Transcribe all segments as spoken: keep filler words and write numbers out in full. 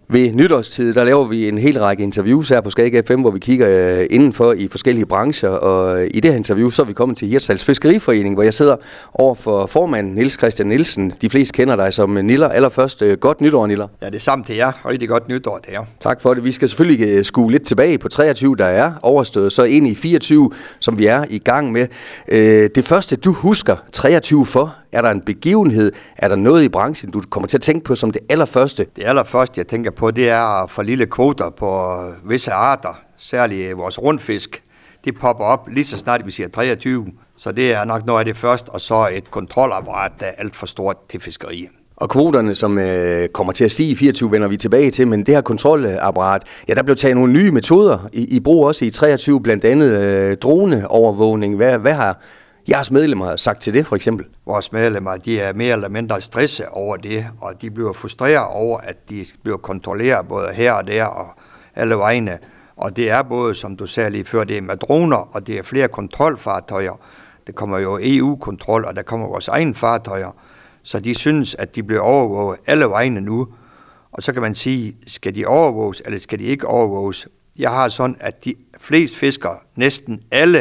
Ved nytårstid, der laver vi en hel række interviews her på Skagen F M, hvor vi kigger indenfor i forskellige brancher. Og i det her interview, så er vi kommet til Hirtshals Fiskeriforening, hvor jeg sidder over for formanden Niels Christian Nielsen. De fleste kender dig som Niller. Allerførst, godt nytår, Niller. Ja, det er samme til jer. Rigtig godt nytår til jer. Tak for det. Vi skal selvfølgelig skue lidt tilbage på treogtyve, der er overstået, så ind i fireogtyve, som vi er i gang med. Det første, du husker treogtyve for, er der en begivenhed? Er der noget i branchen, du kommer til at tænke på som det allerførste? Det allerførste, jeg tænker på, det er for lille kvoter på visse arter, særligt vores rundfisk. De popper op lige så snart vi siger treogtyve, så det er nok noget af det første, og så et kontrolapparat, der er alt for stort til fiskeri. Og kvoterne, som øh, kommer til at stige i fireogtyve, vender vi tilbage til, men det her kontrolapparat, ja, der blev taget nogle nye metoder i, i brug også i treogtyve, blandt andet øh, droneovervågning. Hvad, hvad har jeres medlemmer sagt til det, for eksempel? Vores medlemmer, de er mere eller mindre stresset over det, og de bliver frustreret over, at de bliver kontrolleret både her og der og alle vegne. Og det er både, som du sagde lige før, det er med droner, og det er flere kontrolfartøjer. Der kommer jo E U-kontrol, og der kommer vores egne fartøjer. Så de synes, at de bliver overvåget alle vegne nu. Og så kan man sige, skal de overvåges, eller skal de ikke overvåges? Jeg har sådan, at de fleste fiskere, næsten alle,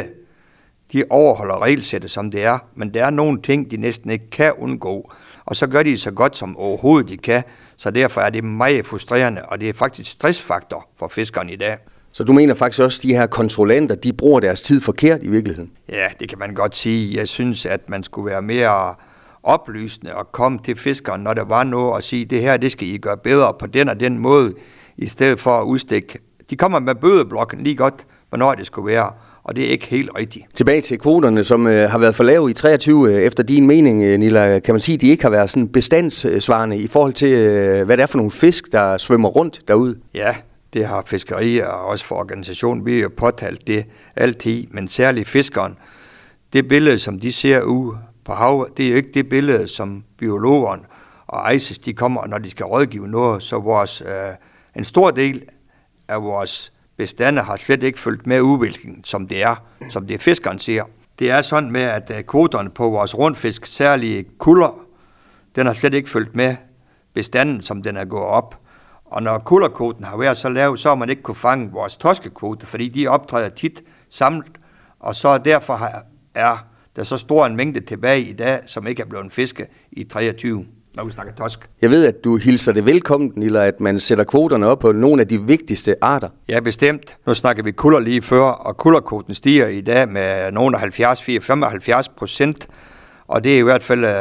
de overholder regelsættet, som det er, men der er nogle ting, de næsten ikke kan undgå. Og så gør de så godt, som overhovedet de kan, så derfor er det meget frustrerende, og det er faktisk stressfaktor for fiskerne i dag. Så du mener faktisk også, at de her kontrollanter, de bruger deres tid forkert i virkeligheden? Ja, det kan man godt sige. Jeg synes, at man skulle være mere oplysende og komme til fiskeren, når der var noget, og sige, det her, det skal I gøre bedre på den og den måde, i stedet for at udstikke. De kommer med bødeblokken lige godt, hvornår det skulle være. Og det er ikke helt rigtigt. Tilbage til kvoterne, som øh, har været for lave i treogtyve, øh, efter din mening, øh, Nilla, kan man sige, at de ikke har været sådan bestandssvarende i forhold til, øh, hvad det er for nogle fisk, der svømmer rundt derude? Ja, det har fiskeri og også for organisationen, vi har jo påtalt det altid, men særligt fiskeren. Det billede, som de ser ude på havet, det er jo ikke det billede, som biologerne og I C E S, de kommer, når de skal rådgive noget, så vores, øh, en stor del af vores bestande har slet ikke fulgt med udviklingen, som det er, som det fiskeren siger. Det er sådan med, at kvoterne på vores rundfisk, særligt kulder, den har slet ikke fulgt med bestanden, som den er gået op. Og når kulderkvoten har været så lav, så har man ikke kunne fange vores torskekvote, fordi de optræder tit samlet, og så derfor er der så stor en mængde tilbage i dag, som ikke er blevet fisket i treogtyve. Når vi snakker torsk. Jeg ved, at du hilser det velkommen, eller at man sætter kvoterne op på nogle af de vigtigste arter. Ja, bestemt. Nu snakker vi kulder lige før, og kulderkvoten stiger i dag med nogle af halvfjerds til femoghalvfjerds procent, og det er i hvert fald uh,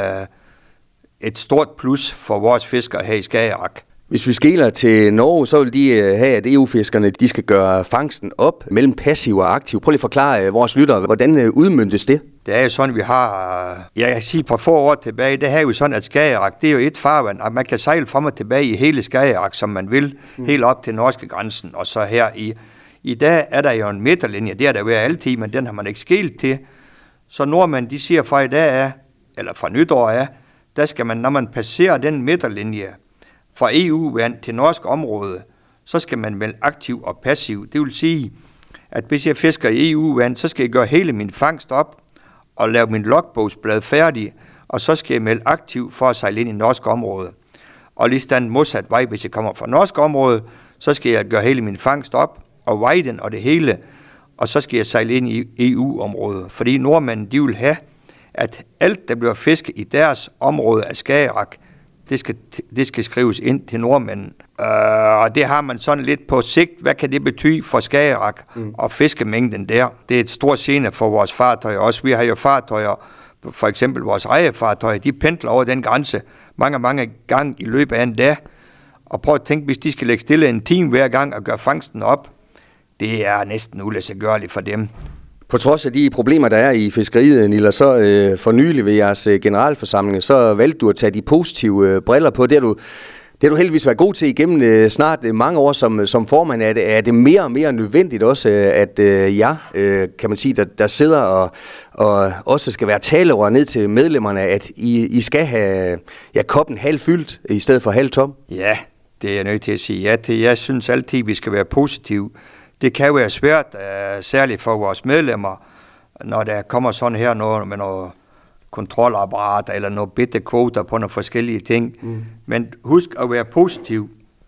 et stort plus for vores fiskere her i Skagerrak. Hvis vi skeler til Norge, så vil de have, at E U-fiskerne de skal gøre fangsten op mellem passiv og aktiv. Prøv lige at forklare vores lyttere, hvordan udmøntes det? Det er jo sådan, vi har, jeg kan sige på få år tilbage, det her er jo sådan, at Skagerrak, det er jo et farvand, at man kan sejle frem og tilbage i hele Skagerrak, som man vil, mm. helt op til norske grænsen, og så her i, i dag er der jo en midterlinje, det er der været altid, men den har man ikke skilt til, så nordmænd, de siger fra i dag af, eller fra nytår af, der skal man, når man passerer den midterlinje fra E U-vand til norsk område, så skal man melde aktiv og passiv. Det vil sige, at hvis jeg fisker i E U-vand, så skal jeg gøre hele min fangst op, og lave min logbogsblad færdig, og så skal jeg melde aktiv for at sejle ind i norsk område. Og lige stand modsat vej, hvis jeg kommer fra norsk område, så skal jeg gøre hele min fangst op, og veje den og det hele, og så skal jeg sejle ind i E U-området. Fordi nordmændene, de vil have, at alt, der bliver fisket i deres område af Skagerrak, det skal, det skal skrives ind til nordmændene. Uh, og det har man sådan lidt på sigt. Hvad kan det betyde for Skagerrak mm. og fiskemængden der? Det er et stort gene for vores fartøjer også. Vi har jo fartøjer, for eksempel vores rejefartøjer, de pendler over den grænse mange, mange gange i løbet af en dag. Og prøv at tænke, hvis de skal lægge stille en time hver gang og gøre fangsten op, det er næsten uladsiggørligt for dem. På trods af de problemer, der er i fiskeriet, Nilla, så øh, for nylig ved jeres øh, generalforsamling, så valgte du at tage de positive øh, briller på. Det har du, det har du heldigvis været god til igennem øh, snart øh, mange år som, som formand. Er det, er det mere og mere nødvendigt også, øh, at øh, jer, øh, kan man sige, der, der sidder og, og også skal være talerør ned til medlemmerne, at I, I skal have ja, koppen halvt fyldt i stedet for halvt tom? Ja, det er jeg nødt til at sige ja til. Jeg synes altid, vi skal være positive. Det kan jo være svært, uh, særligt for vores medlemmer, når der kommer sådan her noget med noget kontrolapparat eller noget bitte kvoter på nogle forskellige ting. Mm. Men husk at være positiv.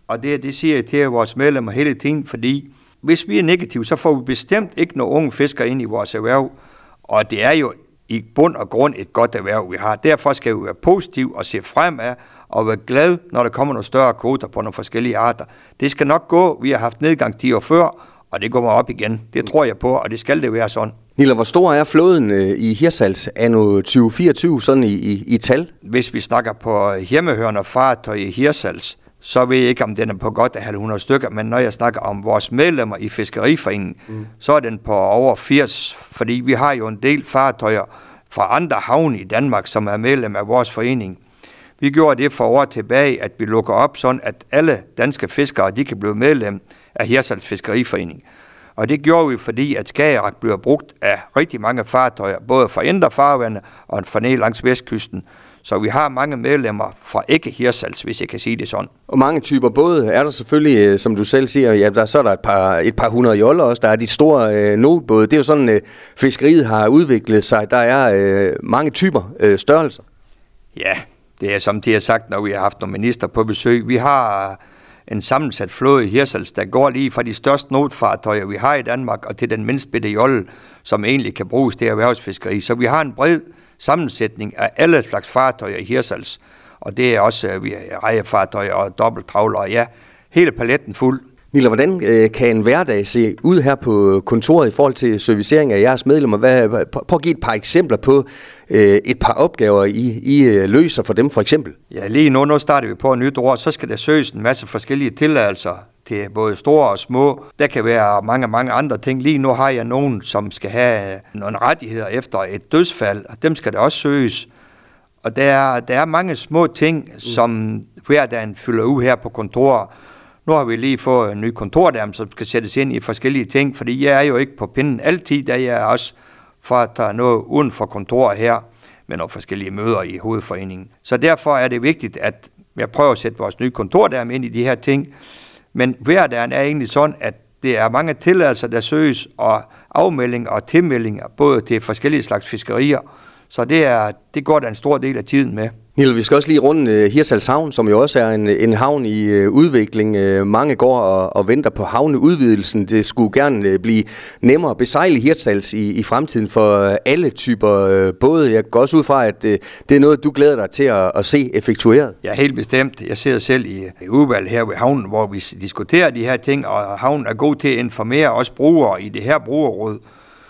og det, det siger jeg til vores medlemmer hele tiden, fordi hvis vi er negative, så får vi bestemt ikke nogen unge fiskere ind i vores erhverv, og det er jo i bund og grund et godt erhverv, vi har. Derfor skal vi være positive og se fremad og være glade, når der kommer nogle større kvoter på nogle forskellige arter. Det skal nok gå. Vi har haft nedgang ti år før, og det kommer op igen. Det tror jeg på, og det skal det være sådan. Nilla, hvor stor er flåden i Hirtshals anno tyve fireogtyve, sådan i, i, i tal? Hvis vi snakker på hjemmehørende fartøj i Hirtshals, så ved jeg ikke, om den er på godt af hundrede stykker, men når jeg snakker om vores medlemmer i Fiskeriforeningen, mm. så er den på over firs, fordi vi har jo en del fartøjer fra andre havne i Danmark, som er medlem af vores forening. Vi gjorde det for år tilbage, at vi lukker op, sådan at alle danske fiskere, de kan blive medlem af Hirtshals Fiskeriforening. Og det gjorde vi, fordi at Skagerrak bliver brugt af rigtig mange fartøjer, både fra indre farvande og fra ned langs vestkysten. Så vi har mange medlemmer fra ikke Hirtshals, hvis jeg kan sige det sådan. Og mange typer både er der selvfølgelig, som du selv siger, ja, der, så er der et par, et par hundrede joller også. Der er de store øh, notbåde. Det er jo sådan, øh, fiskeriet har udviklet sig. Der er øh, mange typer øh, størrelser. Ja, det er som de har sagt, når vi har haft nogle minister på besøg. Vi har en sammensat flåde i Hirtshals, der går lige fra de største notfartøjer, vi har i Danmark, og til den mindst bitte jolle, som egentlig kan bruges til erhvervsfiskeri. Så vi har en bred sammensætning af alle slags fartøjer i Hirtshals, og det er også vi rejefartøjer og dobbelttravlere, ja, hele paletten fuld. Nilla, hvordan øh, kan en hverdag se ud her på kontoret i forhold til servicering af jeres medlemmer? Hvad, prøv at give et par eksempler på øh, et par opgaver, I, I løser for dem for eksempel. Ja, lige nu, nu starter vi på et nyt år, så skal der søges en masse forskellige tilladelser til både store og små. Der kan være mange, mange andre ting. Lige nu har jeg nogen, som skal have nogle rettigheder efter et dødsfald, og dem skal der også søges. Og der er, der er mange små ting, som hverdagen fylder ud her på kontoret. Nu har vi lige fået en ny kontordame, som skal sættes ind i forskellige ting, fordi jeg er jo ikke på pinden altid, da jeg er også for at tage noget uden for kontoret her, med nogle forskellige møder i hovedforeningen. Så derfor er det vigtigt, at jeg prøver at sætte vores nye kontordame ind i de her ting. Men hverdagen er egentlig sådan, at det er mange tilladelser, der søges, og afmeldinger og tilmeldinger, både til forskellige slags fiskerier. Så det, er, det går der en stor del af tiden med. Nilla, vi skal også lige runde uh, Hirtshals Havn, som jo også er en, en havn i uh, udvikling. Uh, mange går og, og venter på havneudvidelsen. Det skulle gerne uh, blive nemmere at besejle Hirtshals i, i fremtiden for uh, alle typer uh, både. Jeg går også ud fra, at uh, det er noget, du glæder dig til at, at se effektueret. Ja, helt bestemt. Jeg sidder selv i udvalg her ved havnen, hvor vi diskuterer de her ting, og havnen er god til at informere os brugere i det her brugerråd.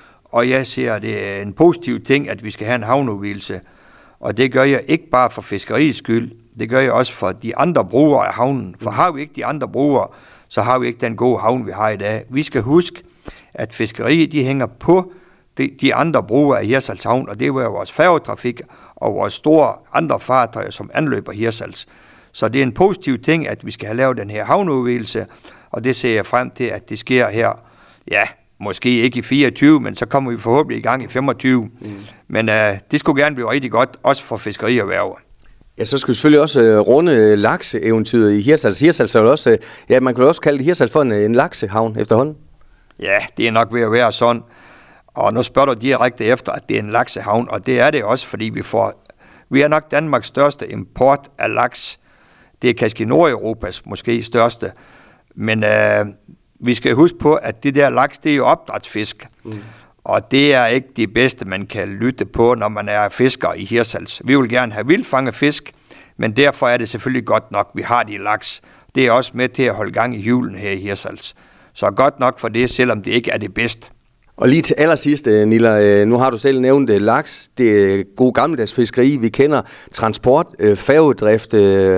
Og jeg siger, det er en positiv ting, at vi skal have en havneudvidelse. Og det gør jeg ikke bare for fiskeriets skyld, det gør jeg også for de andre brugere af havnen. For har vi ikke de andre brugere, så har vi ikke den gode havn, vi har i dag. Vi skal huske, at fiskeriet de hænger på de, de andre brugere af Hirtshals Havn, og det er vores færgetrafik og vores store andre fartøjer, som anløber Hirtshals. Så det er en positiv ting, at vi skal have lavet den her havneudvidelse, og det ser jeg frem til, at det sker her, ja, måske ikke i fireogtyve, men så kommer vi forhåbentlig i gang i femogtyve. Mm. Men uh, det skulle gerne blive rigtig godt, også for fiskerierhverv. Ja, så skal vi selvfølgelig også uh, runde lakseeventyret i Hirtshals. Hirtshals er jo også, uh, ja, man kan jo også kalde det Hirtshals for en, en laksehavn efterhånden. Ja, det er nok ved at være sådan. Og nu spørger du direkte efter, at det er en laksehavn, og det er det også, fordi vi får, vi er nok Danmarks største import af laks. Det er kanskje Nordeuropas måske største, men uh, vi skal huske på, at det der laks, det er jo opdrætsfisk. Mm. Og det er ikke det bedste, man kan lytte på, når man er fisker i Hirtshals. Vi vil gerne have vildfanget fisk, men derfor er det selvfølgelig godt nok, vi har de laks. Det er også med til at holde gang i hjulen her i Hirtshals. Så godt nok for det, selvom det ikke er det bedste. Og lige til allersidst, Nilla, nu har du selv nævnt laks, det er god gammeldags fiskeri. Vi kender transport, færgedrift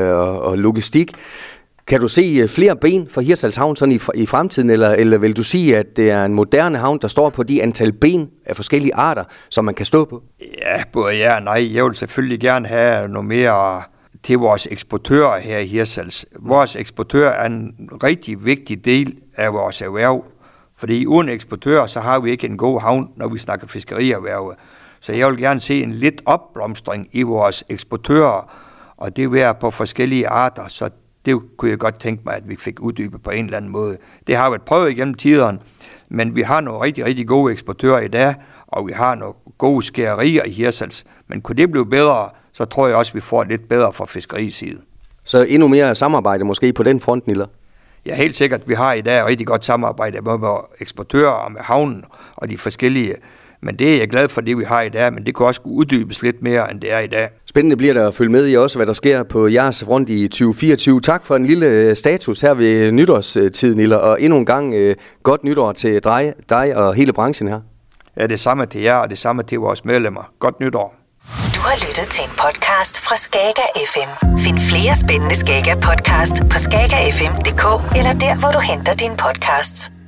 og logistik. Kan du se flere ben for Hirtshals Havn sådan i, i fremtiden, eller, eller vil du sige, at det er en moderne havn, der står på de antal ben af forskellige arter, som man kan stå på? Ja, både ja og nej. Jeg vil selvfølgelig gerne have noget mere til vores eksportører her i Hirtshals. Vores eksportør er en rigtig vigtig del af vores erhverv, fordi uden eksportører, så har vi ikke en god havn, når vi snakker fiskerierhverv. Så jeg vil gerne se en lidt opblomstring i vores eksportører, og det vil være på forskellige arter, så det kunne jeg godt tænke mig, at vi fik uddybet på en eller anden måde. Det har været prøvet igennem tiderne, men vi har nogle rigtig, rigtig gode eksportører i dag, og vi har nogle gode skærerier i Hirtshals. Men kunne det blive bedre, så tror jeg også, at vi får lidt bedre fra fiskerisiden. Så endnu mere samarbejde måske på den front, Niller? Ja, helt sikkert. Vi har i dag rigtig godt samarbejde med vores eksportører og med havnen og de forskellige. Men det er jeg glad for, det vi har i dag, men det kan også uddybes lidt mere, end det er i dag. Spændende bliver der at følge med i også, hvad der sker på jeres front i tyve fireogtyve. Tak for en lille status her ved nytårstid, Niller, og endnu en gang øh, godt nytår til dig, dig og hele branchen her. Ja, det samme til jer, og det samme til vores medlemmer. Godt nytår. Du har lyttet til en podcast fra Skager F M. Find flere spændende Skager podcast på skager f m punktum d k eller der, hvor du henter dine podcasts.